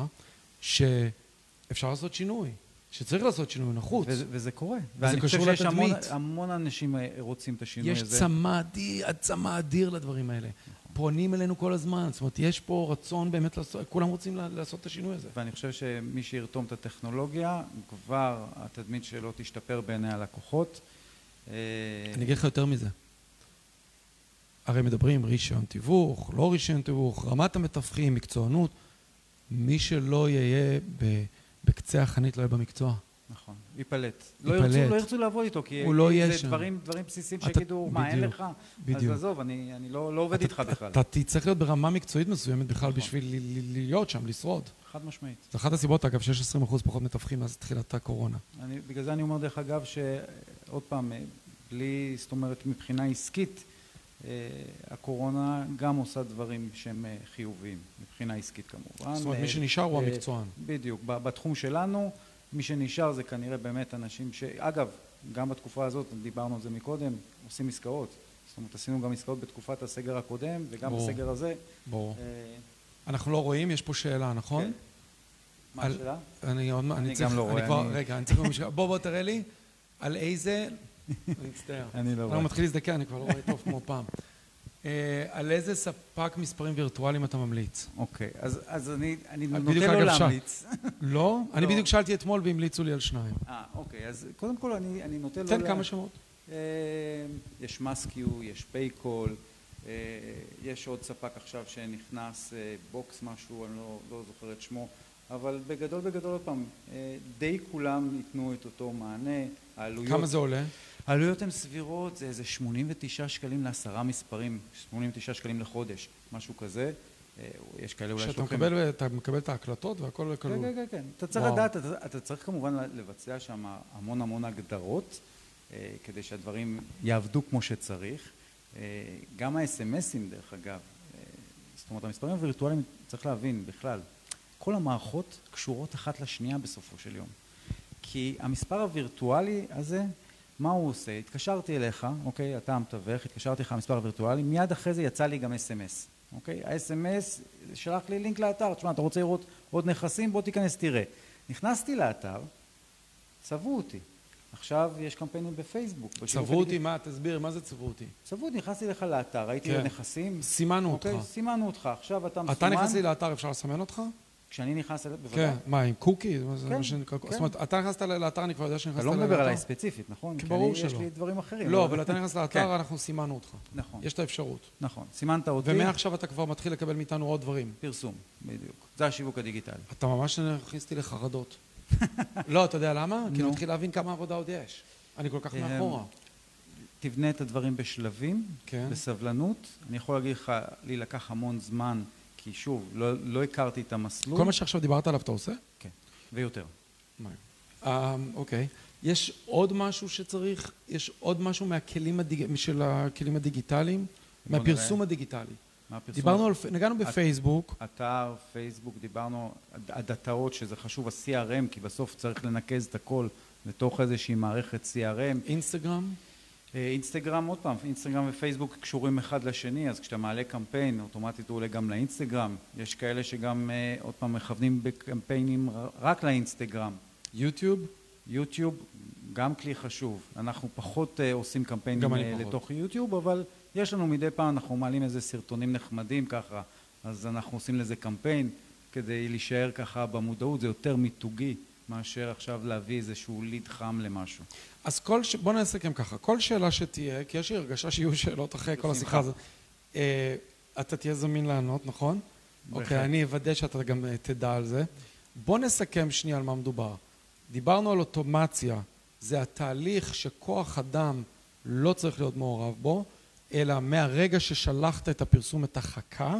שאפשר לעשות שינוי, שצריך לעשות שינוי נחוץ. וזה, וזה קורה. וזה קשור לתדמית. המון, המון אנשים רוצים את השינוי יש הזה. יש צמא אדיר, צמא אדיר לדברים האלה. פונים אלינו כל הזמן, זאת אומרת, יש פה רצון באמת לעשות, כולם רוצים לעשות את השינוי הזה. ואני חושב שמי שירתום את הטכנולוגיה, כבר התדמית שלו תשתפר בעיני הלקוחות. אני אגיד לך יותר מזה. הרי מדברים רישיון תיווך, לא רישיון תיווך, רמת המתווכים, מקצוענות. מי שלא יהיה בקצה החנית לא יהיה במקצוע. נכון, ייפלט. לא ירצו, לא ירצו לעבוד איתו, כי זה דברים, דברים בסיסיים שיגידו, מה, אין לך? אז עזוב, אני, אני לא, לא עובד איתך בכלל. אתה תצטרך להיות ברמה מקצועית מסוימת בכלל בשביל להיות שם, לשרוד. חד משמעית. זה אחת הסיבות, אגב, שש עשרה אחוז פחות מתווכים מאז תחילת הקורונה. אני, בגלל זה אני אומר דרך אגב, שעוד פעם, בלי, זאת אומרת, מבחינה עסקית, הקורונה גם עושה דברים שהם חיוביים, מבחינה עסקית כמובן. זאת אומרת, מי שנשאר הוא המקצוען. בדיוק, בתחום שלנו, מי שנשאר זה כנראה באמת אנשים ש... אגב, גם בתקופה הזאת, דיברנו על זה מקודם, עושים עסקאות. זאת אומרת, עשינו גם עסקאות בתקופת הסגר הקודם, וגם בסגר הזה. ברור. אנחנו לא רואים, יש פה שאלה, נכון? כן. מה השאלה? אני גם לא רואה. רגע, אני צריך... בוא, בוא, תראה לי, על איזה... אני מצטער. אני לא רואה. אני מתחיל להזדקר, אני כבר לא רואה טוב כמו פעם. על איזה ספק מספרים וירטואליים אתה ממליץ? אוקיי, אז אני נוטה לא להמליץ. לא? אני בדיוק שאלתי אתמול והמליצו לי על שניים. אה, אוקיי, אז קודם כל אני נוטה לא... תן כמה שמות. יש מסקיו, יש פייקול, יש עוד ספק עכשיו שנכנס, בוקס משהו, אני לא זוכר את שמו, אבל בגדול בגדול עוד פעם, די כולם ייתנו את אותו מענה. כמה זה עולה? העלויות הן סבירות, זה איזה שמונים ותשעה שקלים לעשרה מספרים, שמונים ותשעה שקלים לחודש, משהו כזה. יש כאלה אולי שלוקחים... שאתה מקבל את ההקלטות והכל כלול. כן, כן, כן. אתה צריך לדעת, אתה צריך כמובן לבצע שם המון המון הגדרות, כדי שהדברים יעבדו כמו שצריך. גם ה-אס אם אסים דרך אגב, זאת אומרת, המספרים הווירטואליים צריך להבין בכלל, כל המערכות קשורות אחת לשנייה בסופו של יום. כי המספר הווירטואלי הזה, מה הוא עושה? התקשרתי אליך, אוקיי, אתה המתווך, התקשרתי לך המספר הווירטואלי, מיד אחרי זה יצא לי גם אס אם אס. אוקיי? ה-אס אם אס שלח לי לינק לאתר, תשמע, אתה רוצה לראות עוד נכסים? בוא תיכנס, תראה. נכנסתי לאתר, צבעו אותי. עכשיו יש קמפיינים בפייסבוק. צבעו אותי? מה? תסביר, מה זה צבעו אותי? צבעו אותי, נכנסתי לך לאתר, ראיתי עוד נכסים. סימנו אותך. אוקיי, סימנו אותך. עכשיו אתה מסומן. אתה נכנס לי לאתר, אפשר לסמן אותך? כשאני נכנס, בוודאי. כן, מה, עם קוקי? כן, זאת אומרת, אתה נכנסת לאתר, אני כבר יודע שנכנסת לאתר. אתה לא מדבר עליי ספציפית, נכון? כי ברור שלא. יש לי דברים אחרים. לא, אבל אתה נכנס לאתר, אנחנו סימנו אותך. נכון. יש את האפשרות. נכון, סימנת אותי. ומעכשיו אתה כבר מתחיל לקבל מאיתנו עוד דברים. פרסום, בדיוק. זה השיווק הדיגיטלי. אתה ממש הכניסתי לחרדות. לא, אתה יודע למה? כי אני מתחיל להבין כמה עבודה עוד יש. אני כל כך מאחורה. תבנה את הדברים בשלבים, בסבלנות. אני יכול להגיד לך, לי לקח המון זמן, כי שוב, לא, לא הכרתי את המסלול. כל מה שעכשיו דיברת עליו אתה עושה? כן, ויותר. אוקיי. יש עוד משהו שצריך, יש עוד משהו מהכלים של הכלים הדיגיטליים, מהפרסום הדיגיטלי. דיברנו על, נגענו בפייסבוק. אתר, פייסבוק, דיברנו, הדאטאות, שזה חשוב, ה-סי אר אם, כי בסוף צריך לנקז את הכל לתוך איזושהי מערכת סי אר אם. אינסטגרם? אינסטגרם, עוד פעם, אינסטגרם ופייסבוק קשורים אחד לשני, אז כשאתה מעלה קמפיין, אוטומטית הוא עולה גם לאינסטגרם. יש כאלה שגם, עוד פעם, מכוונים בקמפיינים רק לאינסטגרם. יוטיוב? יוטיוב, גם כלי חשוב. אנחנו פחות עושים קמפיינים לתוך יוטיוב, אבל יש לנו מדי פעם, אנחנו מעלים איזה סרטונים נחמדים ככה, אז אנחנו עושים לזה קמפיין כדי להישאר ככה במודעות, זה יותר מיתוגי מאשר עכשיו להביא איזשהו ליד חם למשהו. אז כל ש... בוא נסכם ככה, כל שאלה שתהיה, כי יש לי הרגשה שיהיו שאלות אחרי כל השיחה הזאת, אה, אתה תהיה זמין לענות, נכון? אוקיי, אני אוודא שאתה גם תדע על זה. בוא נסכם שנייה על מה מדובר. דיברנו על אוטומציה, זה התהליך שכוח אדם לא צריך להיות מעורב בו, אלא מהרגע ששלחת את הפרסום, את החכה,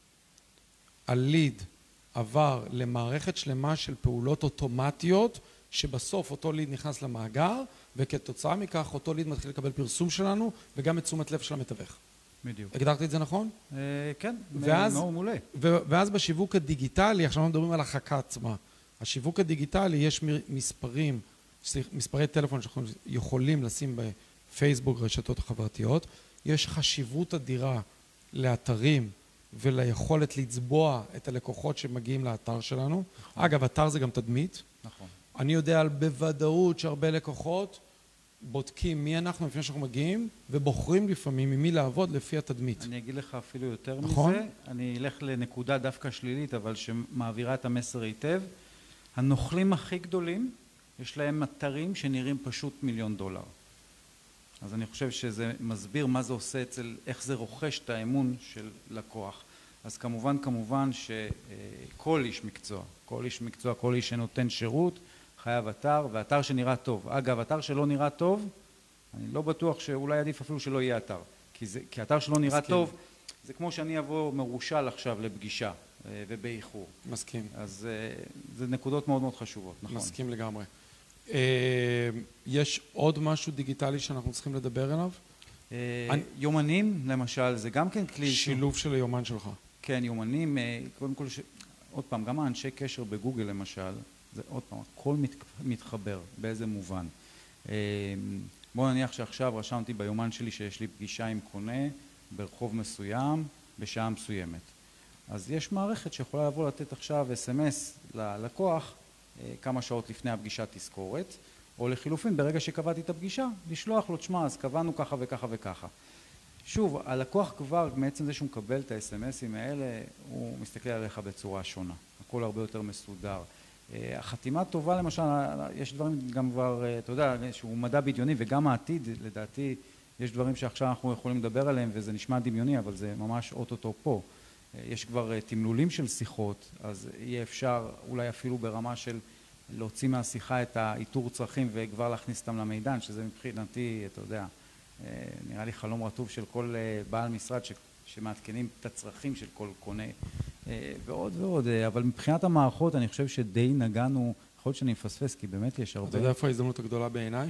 הליד עבר למערכת שלמה של פעולות אוטומטיות, שבסוף אותו ליד נכנס למאגר, וכתוצאה מכך אותו ליד מתחיל לקבל פרסום שלנו, וגם את תשומת לב של המתווך. בדיוק. הגדרתי את זה נכון? כן, מאוד מעולה. ואז בשיווק הדיגיטלי, עכשיו אנחנו מדברים על החכה עצמה. השיווק הדיגיטלי, יש מספרים, מספרי טלפון שאנחנו יכולים לשים בפייסבוק, רשתות החברתיות. יש חשיבות אדירה לאתרים וליכולת לצבוע את הלקוחות שמגיעים לאתר שלנו. נכון. אגב, אתר זה גם תדמית. נכון. אני יודע על בוודאות שהרבה לקוחות בודקים מי אנחנו לפני שאנחנו מגיעים, ובוחרים לפעמים ממי לעבוד לפי התדמית. אני אגיד לך אפילו יותר נכון? מזה. אני אלך לנקודה דווקא שלילית, אבל שמעבירה את המסר היטב. הנוכלים הכי גדולים, יש להם אתרים שנראים פשוט מיליון דולר. אז אני חושב שזה מסביר מה זה עושה אצל, איך זה רוכש את האמון של לקוח. אז כמובן, כמובן שכל איש מקצוע, כל איש מקצוע, כל איש שנותן שירות, חייב אתר, ואתר שנראה טוב. אגב, אתר שלא נראה טוב, אני לא בטוח שאולי עדיף אפילו שלא יהיה אתר. כי, זה, כי אתר שלא נראה מסכים. טוב, זה כמו שאני אבוא מרושל עכשיו לפגישה ובאיחור. מסכים. אז זה נקודות מאוד מאוד חשובות, נכון? מסכים לגמרי. יש עוד משהו דיגיטלי שאנחנו צריכים לדבר עליו? יומנים, למשל, זה גם כן כלי... שילוב של היומן שלך. כן, יומנים, קודם כל, עוד פעם, גם האנשי קשר בגוגל, למשל, זה עוד פעם, הכל מתחבר, באיזה מובן. בוא נניח שעכשיו רשמתי ביומן שלי שיש לי פגישה עם קונה ברחוב מסוים, בשעה מסוימת. אז יש מערכת שיכולה לבוא לתת עכשיו אס אם אס ללקוח, כמה שעות לפני הפגישה תזכורת, או לחילופין, ברגע שקבעתי את הפגישה, לשלוח לו, תשמע, אז קבענו ככה וככה וככה. שוב, הלקוח כבר, מעצם זה שהוא מקבל את ה-אס אם אסים האלה, הוא מסתכל עליך בצורה שונה. הכל הרבה יותר מסודר. החתימה טובה, למשל, יש דברים גם כבר, אתה יודע, שהוא מדע בדיוני, וגם העתיד, לדעתי, יש דברים שעכשיו אנחנו יכולים לדבר עליהם, וזה נשמע דמיוני, אבל זה ממש אוטוטו פה. יש כבר תמלולים של שיחות, אז יהיה אפשר אולי אפילו ברמה של להוציא מהשיחה את האיתור צרכים וכבר להכניס אותם למידן, שזה מבחינתי, אתה יודע, נראה לי חלום רטוב של כל בעל משרד ש... שמעדכנים את הצרכים של כל קונה ועוד ועוד, אבל מבחינת המערכות אני חושב שדי נגענו, יכול להיות שאני מפספס, כי באמת יש הרבה. אתה יודע איפה ההזדמנות הגדולה בעיניי?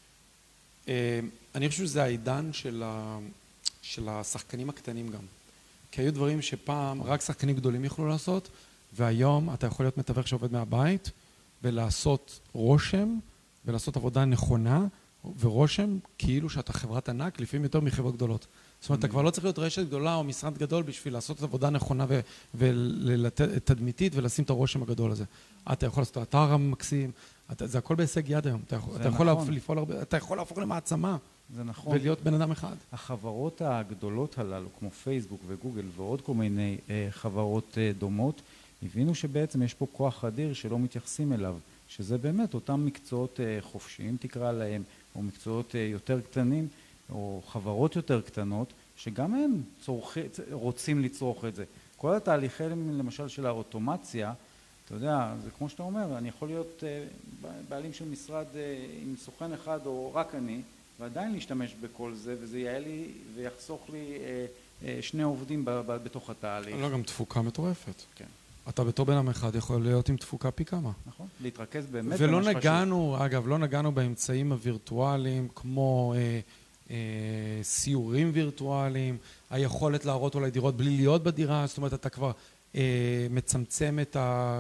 אני חושב שזה העידן של, ה... של השחקנים הקטנים גם. כי היו דברים שפעם רק שחקנים גדולים יכולו לעשות, והיום אתה יכול להיות מתווך שעובד מהבית, ולעשות רושם, ולעשות עבודה נכונה, ורושם כאילו שאתה חברת ענק, לפעמים יותר מחברות גדולות. זאת אומרת, אתה כבר לא צריך להיות רשת גדולה או משרד גדול בשביל לעשות עבודה נכונה ותדמיתית ולשים את הרושם הגדול הזה. אתה יכול לעשות את האתר המקסים, זה הכל בהישג יד היום. אתה יכול לפעול הרבה, אתה יכול להפוך למעצמה. זה נכון. ולהיות בן אדם אחד. החברות הגדולות הללו, כמו פייסבוק וגוגל ועוד כל מיני חברות דומות, הבינו שבעצם יש פה כוח אדיר שלא מתייחסים אליו, שזה באמת אותם מקצועות חופשיים, תקרא להם, או מקצועות יותר קטנים, או חברות יותר קטנות, שגם הם צורכ... רוצים לצרוך את זה. כל התהליכי, למשל, של האוטומציה, אתה יודע, זה כמו שאתה אומר, אני יכול להיות בעלים של משרד עם סוכן אחד או רק אני, ועדיין להשתמש בכל זה, וזה יהיה לי ויחסוך לי שני עובדים בתוך התהליך. לא, גם תפוקה מטורפת. כן. אתה בתור בן אדם אחד יכול להיות עם תפוקה פי כמה. נכון, להתרכז באמת. ולא נגענו, אגב, לא נגענו באמצעים הווירטואליים, כמו סיורים וירטואליים, היכולת להראות אולי דירות בלי להיות בדירה, זאת אומרת, אתה כבר מצמצם את ה...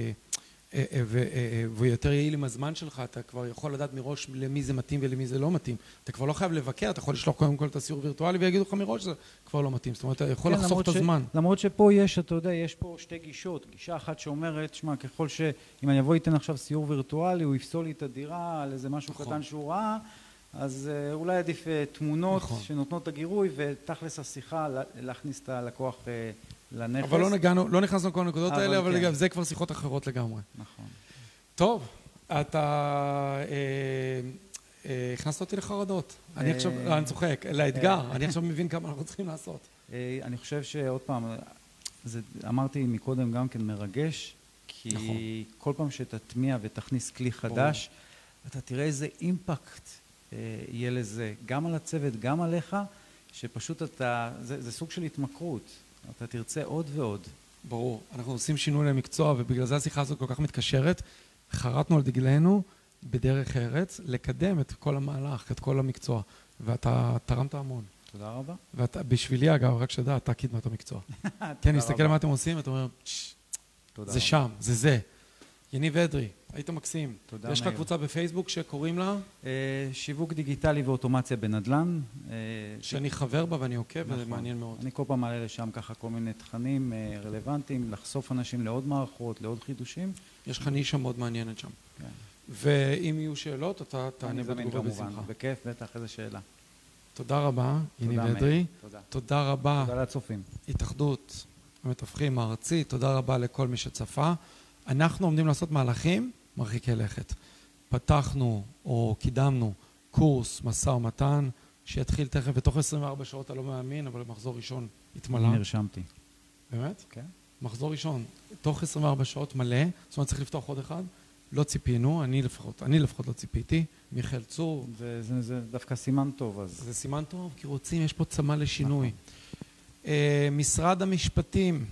ויותר יעיל עם הזמן שלך, אתה כבר יכול לדעת מראש למי זה מתאים ולמי זה לא מתאים. אתה כבר לא חייב לבקר, אתה יכול לשלוח קודם כל את הסיור וירטואלי ויגידו לך מראש שזה כבר לא מתאים. זאת אומרת, אתה יכול לחסוך את הזמן. למרות שפה יש, אתה יודע, יש פה שתי גישות. גישה אחת שאומרת, שמה, ככל שאם אני אבוא איתן עכשיו סיור וירטואלי, הוא יפסול לי את הדירה על איזה משהו קטן שהוא ראה, אז אולי עדיף תמונות שנותנות את הגירוי, ותכלס השיחה להכניס את הלקוח לנכס. אבל לא נגענו, לא נכנסנו לכל הנקודות האלה, אבל אגב, זה כבר שיחות אחרות לגמרי. נכון. טוב, אתה הכנסת אותי לחרדות. אני עכשיו, אני צוחק, לאתגר, אני עכשיו מבין כמה אנחנו צריכים לעשות. אני חושב שעוד פעם, אמרתי מקודם גם כן מרגש, כי כל פעם שתטמיע ותכניס כלי חדש, אתה תראה איזה אימפקט יהיה לזה, גם על הצוות, גם עליך, שפשוט אתה, זה סוג של התמכרות. אתה תרצה עוד ועוד. ברור. אנחנו עושים שינוי למקצוע, ובגלל זה השיחה הזאת כל כך מתקשרת. חרטנו על דגלנו בדרך ארץ, לקדם את כל המהלך, את כל המקצוע. ואתה תרמת המון. תודה רבה. ואתה, בשבילי אגב, רק שדע, אתה קידמת המקצוע. כן, נסתכל מה אתם עושים, אתה אומר, זה שם, זה זה. יניב אדרי, היית מקסים. תודה, מאיר. יש לך קבוצה בפייסבוק שקוראים לה? שיווק דיגיטלי ואוטומציה בנדל"ן. שאני חבר בה ואני עוקב, וזה מעניין מאוד. אני כל פעם מעלה לשם ככה כל מיני תכנים רלוונטיים, לחשוף אנשים לעוד מערכות, לעוד חידושים. יש לך נישה מאוד מעניינת שם. ואם יהיו שאלות, אתה תענה בתגובה בשמחה. בכיף, בטח, איזה שאלה. תודה רבה, יניב אדרי. תודה. תודה רבה. תודה לצופים. התאחדות המתווכים הארצית, תודה רבה לכל מי שצפה. אנחנו עומדים לעשות מהלכים מרחיקי לכת. פתחנו או קידמנו קורס משא ומתן שיתחיל תכף בתוך עשרים וארבע שעות, אתה לא מאמין, אבל מחזור ראשון התמלא. נרשמתי. באמת? כן. מחזור ראשון, תוך עשרים וארבע שעות מלא, זאת אומרת צריך לפתוח עוד אחד. לא ציפינו, אני לפחות, אני לפחות לא ציפיתי. מיכאל צור. זה, זה, זה דווקא סימן טוב, אז... זה סימן טוב, כי רוצים, יש פה צמא לשינוי. נכון. משרד המשפטים,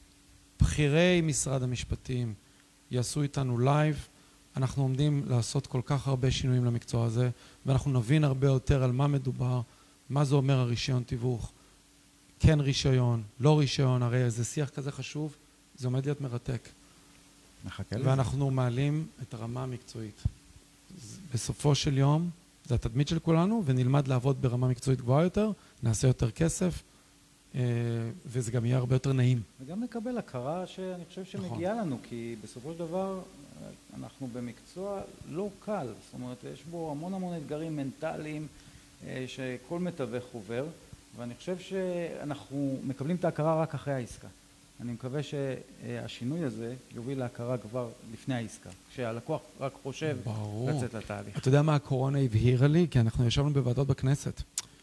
בחירי משרד המשפטים, יעשו איתנו לייב. אנחנו עומדים לעשות כל כך הרבה שינויים למקצוע הזה, ואנחנו נבין הרבה יותר על מה מדובר, מה זה אומר הרישיון תיווך, כן רישיון, לא רישיון, הרי זה שיח כזה חשוב, זה עומד להיות מרתק. מחכה לזה. ואנחנו מעלים את הרמה המקצועית. בסופו של יום, זה התדמית של כולנו, ונלמד לעבוד ברמה מקצועית גבוהה יותר, נעשה יותר כסף, וזה גם יהיה הרבה יותר נעים. וגם נקבל הכרה שאני חושב שמגיעה לנו, כי בסופו של דבר אנחנו במקצוע לא קל, זאת אומרת, יש בו המון המון אתגרים מנטליים שכל מתווך עובר, ואני חושב שאנחנו מקבלים את ההכרה רק אחרי העסקה. אני מקווה שהשינוי הזה יוביל להכרה כבר לפני העסקה, כשהלקוח רק חושב לצאת לתהליך. אתה יודע מה הקורונה הבהירה לי? כי אנחנו ישבנו בוועדות בכנסת.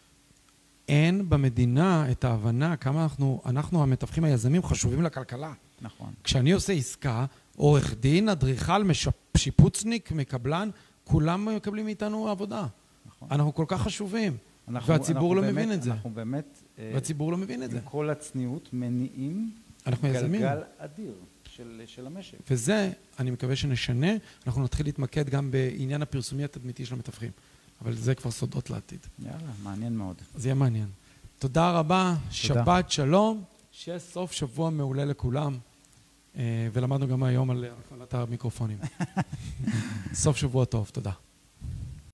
אין במדינה את ההבנה כמה אנחנו, אנחנו המתווכים היזמים חשובים לכלכלה. נכון. כשאני עושה עסקה, עורך דין, אדריכל, שיפוצניק, מקבלן, כולם מקבלים מאיתנו עבודה. נכון. אנחנו כל כך חשובים. אנחנו, והציבור אנחנו לא באמת, מבין את זה. אנחנו באמת... והציבור לא מבין את זה. עם כל הצניעות מניעים גלגל אדיר של, של המשק. וזה, אני מקווה שנשנה, אנחנו נתחיל להתמקד גם בעניין הפרסומי התדמיתי של המתווכים. אבל זה כבר סודות לעתיד. יאללה, מעניין מאוד. זה יהיה מעניין. תודה רבה, תודה. שבת שלום, שיהיה סוף שבוע מעולה לכולם, ולמדנו גם היום על הפעלת המיקרופונים. סוף שבוע טוב, תודה.